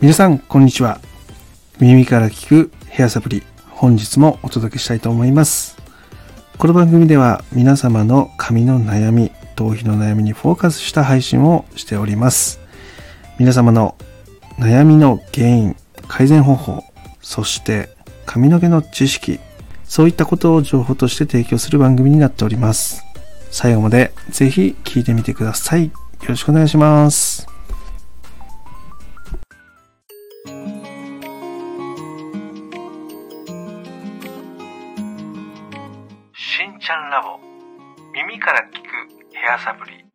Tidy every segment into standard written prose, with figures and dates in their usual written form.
皆さんこんにちは。耳から聞くヘアサプリ、本日もお届けしたいと思います。この番組では皆様の髪の悩み、頭皮の悩みにフォーカスした配信をしております。皆様の悩みの原因、改善方法、そして髪の毛の知識、そういったことを情報として提供する番組になっております。最後までぜひ聞いてみてください。よろしくお願いします。 しんちゃんラボ、耳から聞くヘアサプリ。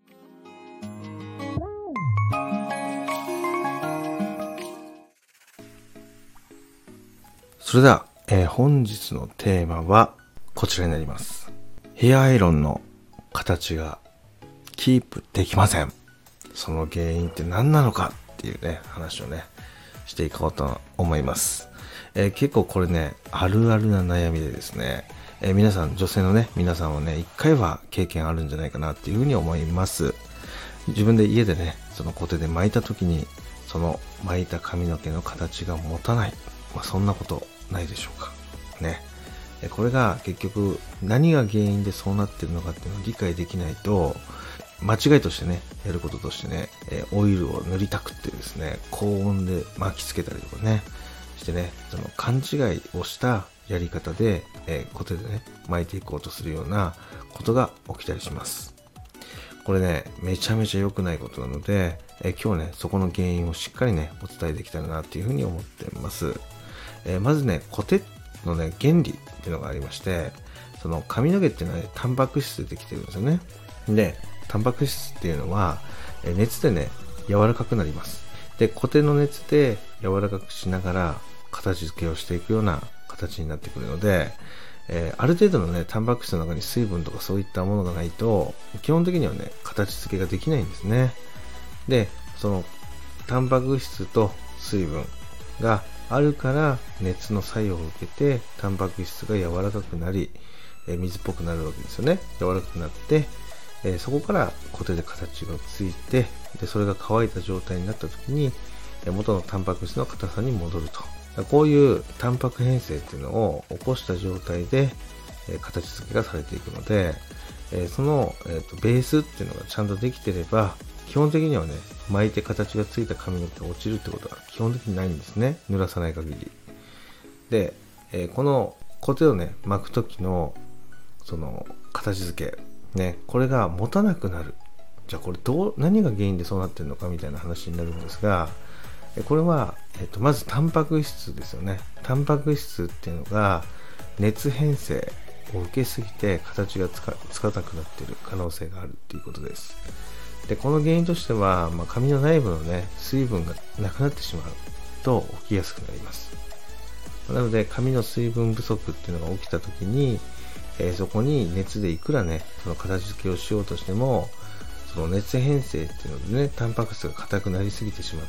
それでは、本日のテーマはこちらになります。ヘアアイロンの形がキープできません。その原因って何なのかっていうね、話をね、していこうと思います。結構これね、あるあるな悩みでですね、皆さん、女性のね、皆さんはね、一回は経験あるんじゃないかなっていうふうに思います。自分で家でね、そのコテで巻いた時に、その巻いた髪の毛の形が持たない。そんなことないでしょうか。ね。これが結局何が原因でそうなってるのかっていうのを理解できないと、間違いとしてね、やることとしてね、オイルを塗りたくってですね、高温で巻きつけたりとかね、してね、その勘違いをしたやり方で、コテでね、巻いていこうとするようなことが起きたりします。これね、めちゃめちゃ良くないことなので、今日ね、そこの原因をしっかりね、お伝えできたらなっていうふうに思っています。まずね、コテのね、原理っていうのがありまして、その髪の毛っていうのはね、タンパク質でできてるんですよね。で、タンパク質っていうのは、熱でね、柔らかくなります。で、コテの熱で柔らかくしながら、形付けをしていくような形になってくるので、ある程度のね、タンパク質の中に水分とかそういったものがないと、基本的にはね、形付けができないんですね。で、その、タンパク質と水分があるから熱の作用を受けてタンパク質が柔らかくなり、水っぽくなるわけですよね。柔らかくなって、そこからコテで形がついて、でそれが乾いた状態になった時に元のタンパク質の硬さに戻ると。こういうタンパク変性っていうのを起こした状態で形付けがされていくので、その、ベースっていうのがちゃんとできてれば基本的にはね、巻いて形がついた髪の毛が落ちるってことは基本的にないんですね。濡らさない限り。で、このコテをね、巻く時のその形付け、ね、これが持たなくなる。じゃあこれ何が原因でそうなってるのかみたいな話になるんですが、これは、まずタンパク質ですよね。タンパク質っていうのが熱変性を受けすぎて形がつかなくなっている可能性があるっていうことです。で、この原因としては、髪の内部のね、水分がなくなってしまうと起きやすくなります。なので、髪の水分不足っていうのが起きたときに、そこに熱でいくらね、その形付けをしようとしても、その熱変性っていうのでね、タンパク質が硬くなりすぎてしまって、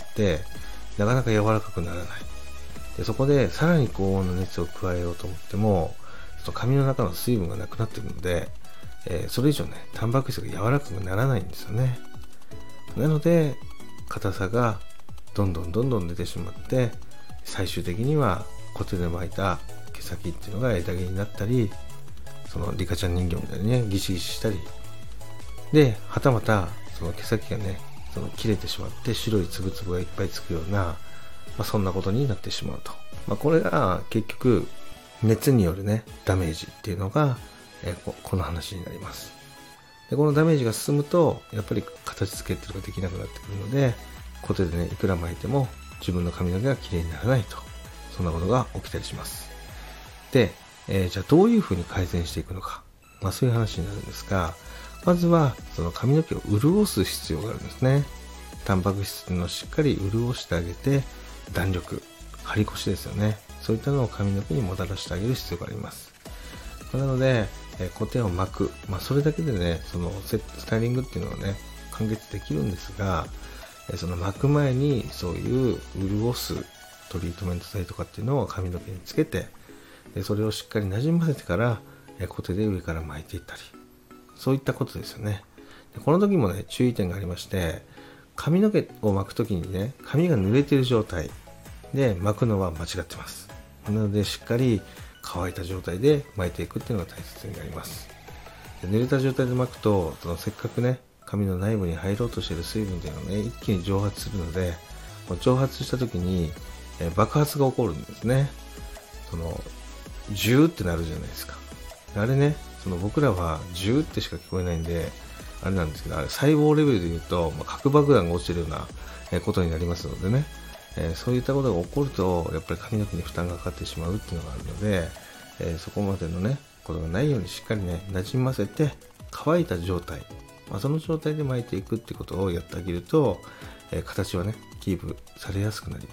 なかなか柔らかくならない。で、そこでさらに高温の熱を加えようと思っても、その髪の中の水分がなくなっているので、それ以上ね、タンパク質が柔らかくならないんですよね。なので、硬さがどんどん出てしまって、最終的にはコテで巻いた毛先っていうのが枝毛になったり、そのリカちゃん人形みたいにね、ギシギシしたり、で、はたまたその毛先がね、その切れてしまって白いつぶつぶがいっぱいつくような、そんなことになってしまうと。これが結局熱によるね、ダメージっていうのが、この話になります。で、このダメージが進むと、やっぱり形付けっていうのができなくなってくるので、コテでね、いくら巻いても自分の髪の毛が綺麗にならないと。そんなことが起きたりします。で、じゃあどういうふうに改善していくのか。そういう話になるんですが、まずはその髪の毛を潤す必要があるんですね。タンパク質っていうのをしっかり潤してあげて、弾力、張り腰ですよね。そういったのを髪の毛にもたらしてあげる必要があります。なので、コテを巻く。それだけでね、そのスタイリングっていうのはね、完結できるんですが、その巻く前にそういう潤すトリートメント剤とかっていうのを髪の毛につけて、でそれをしっかり馴染ませてから、コテで上から巻いていったり、そういったことですよね。でこの時もね、注意点がありまして、髪の毛を巻く時にね、髪が濡れている状態、 で、巻くのは間違ってます。なので、しっかり乾いた状態で巻いていくっていうのが大切になります。で、濡れた状態で巻くと、せっかくね、髪の内部に入ろうとしている水分っていうのがね、一気に蒸発するので、蒸発した時に、爆発が起こるんですね。ジューってなるじゃないですか。あれね、僕らはジューってしか聞こえないんで、あれなんですけど、あれ細胞レベルで言うと、核爆弾が落ちてるようなことになりますのでね、そういったことが起こると、やっぱり髪の毛に負担がかかってしまうっていうのがあるので、そこまでのね、ことがないようにしっかりね、馴染ませて、乾いた状態、その状態で巻いていくってことをやってあげると、形はね、キープされやすくなります。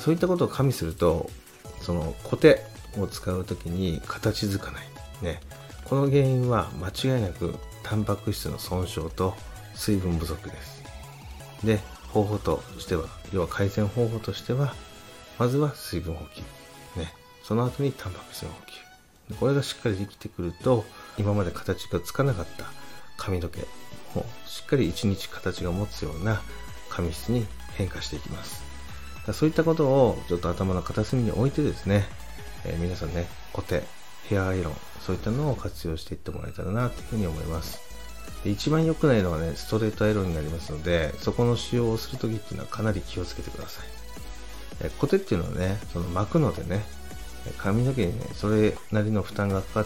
そういったことを加味すると、コテを使うときに形づかない。ね。この原因は間違いなく、タンパク質の損傷と水分不足です。で、方法としては、要は改善方法としては、まずは水分補給。ね。その後にタンパク質の補給。これがしっかりできてくると、今まで形がつかなかった髪の毛をしっかり一日形が持つような髪質に変化していきます。そういったことをちょっと頭の片隅に置いてですね、皆さんね、コテ、ヘアアイロン、そういったのを活用していってもらえたらなというふうに思います。で、一番良くないのはね、ストレートアイロンになりますので、そこの使用をするときっていうのはかなり気をつけてください。コテっていうのはね、巻くのでね、髪の毛にね、それなりの負担がかかって、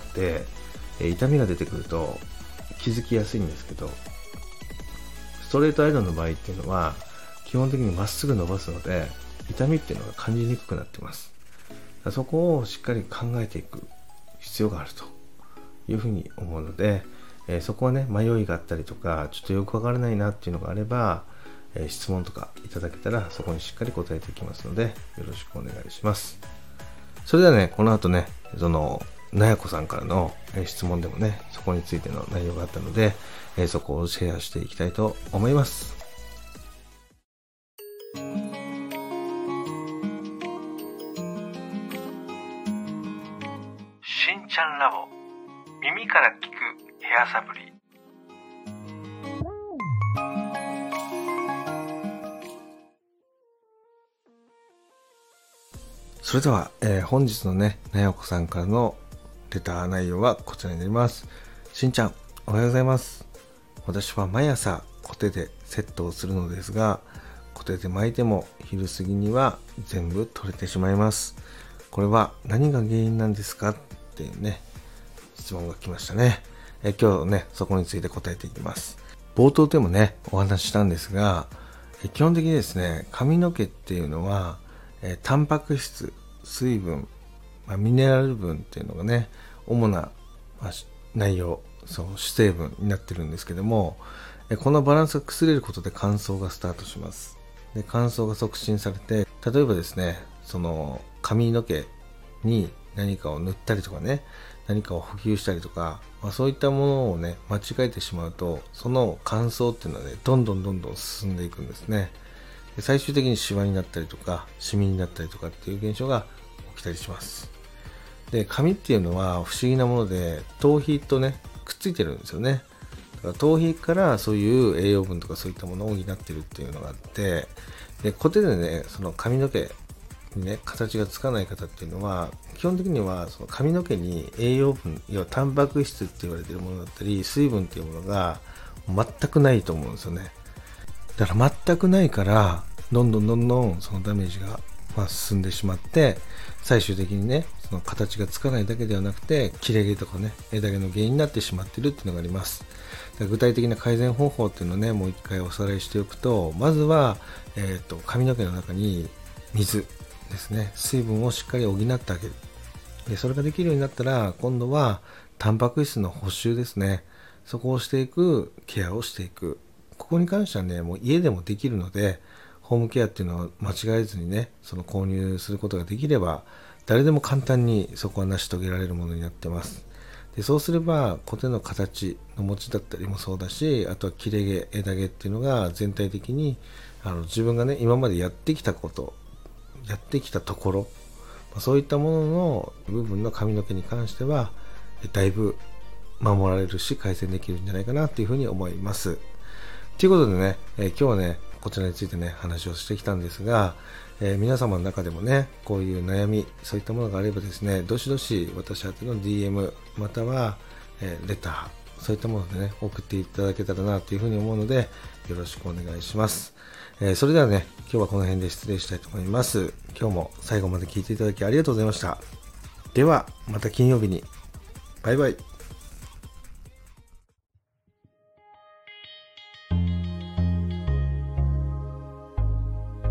痛みが出てくると気づきやすいんですけど、ストレートアイロンの場合っていうのは、基本的にまっすぐ伸ばすので、痛みっていうのが感じにくくなってます。そこをしっかり考えていく必要があるというふうに思うので、そこはね、迷いがあったりとか、ちょっとよくわからないなっていうのがあれば、質問とかいただけたら、そこにしっかり答えていきますので、よろしくお願いします。それではね、この後ね、なやこさんからの質問でもね、そこについての内容があったので、そこをシェアしていきたいと思います。 しんちゃんラボ、耳から聞くヘアサプリ。 それでは、本日のね、なやこさんからのレター内容はこちらになります。しんちゃん、おはようございます。私は毎朝コテでセットをするのですが、コテで巻いても昼過ぎには全部取れてしまいます。これは何が原因なんですかっていうね、質問が来ましたね。今日ね、そこについて答えていきます。冒頭でもね、お話ししたんですが、基本的にですね、髪の毛っていうのは、タンパク質、水分、ミネラル分っていうのがね、主な、内容、主成分になってるんですけども、このバランスが崩れることで乾燥がスタートします。で、乾燥が促進されて、例えばですね、髪の毛に何かを塗ったりとかね、何かを補給したりとか、そういったものをね、間違えてしまうと、その乾燥っていうのはね、どんどん進んでいくんですね。で、最終的にシワになったりとか、シミになったりとかっていう現象が起きたりします。で、髪っていうのは不思議なもので、頭皮とね、くっついてるんですよね。だから頭皮からそういう栄養分とかそういったものを補ってるっていうのがあって、で、コテでね、髪の毛にね、形がつかない方っていうのは、基本的には髪の毛に栄養分、要はタンパク質って言われているものだったり、水分っていうものが全くないと思うんですよね。だから全くないから、どんどんそのダメージが進んでしまって、最終的にね、その形がつかないだけではなくて、切れ毛とかね、枝毛の原因になってしまっているっていうのがあります。具体的な改善方法っていうのをね、もう一回おさらいしておくと、まずは、髪の毛の中に水ですね、水分をしっかり補ってあげる。で、それができるようになったら、今度はタンパク質の補修ですね。そこをしていく、ケアをしていく。ここに関してはね、もう家でもできるので、ホームケアっていうのを間違えずにね、購入することができれば、誰でも簡単にそこは成し遂げられるものになってます。で、そうすれば、コテの形の持ちだったりもそうだし、あとは切れ毛、枝毛っていうのが全体的に、自分がね、今までやってきたこと、やってきたところ、そういったものの部分の髪の毛に関しては、だいぶ守られるし、改善できるんじゃないかなというふうに思います。ということでね、今日はね、 こちらについてね、話をしてきたんですが、皆様の中でもね、こういう悩み、そういったものがあればですね、どしどし私宛ての DM、または、レター、そういったものでね、送っていただけたらなというふうに思うので、よろしくお願いします。それではね、今日はこの辺で失礼したいと思います。今日も最後まで聞いていただきありがとうございました。では、また金曜日に。バイバイ。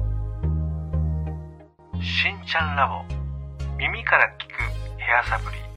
しんちゃんラボ、耳から聞くヘアサプリ。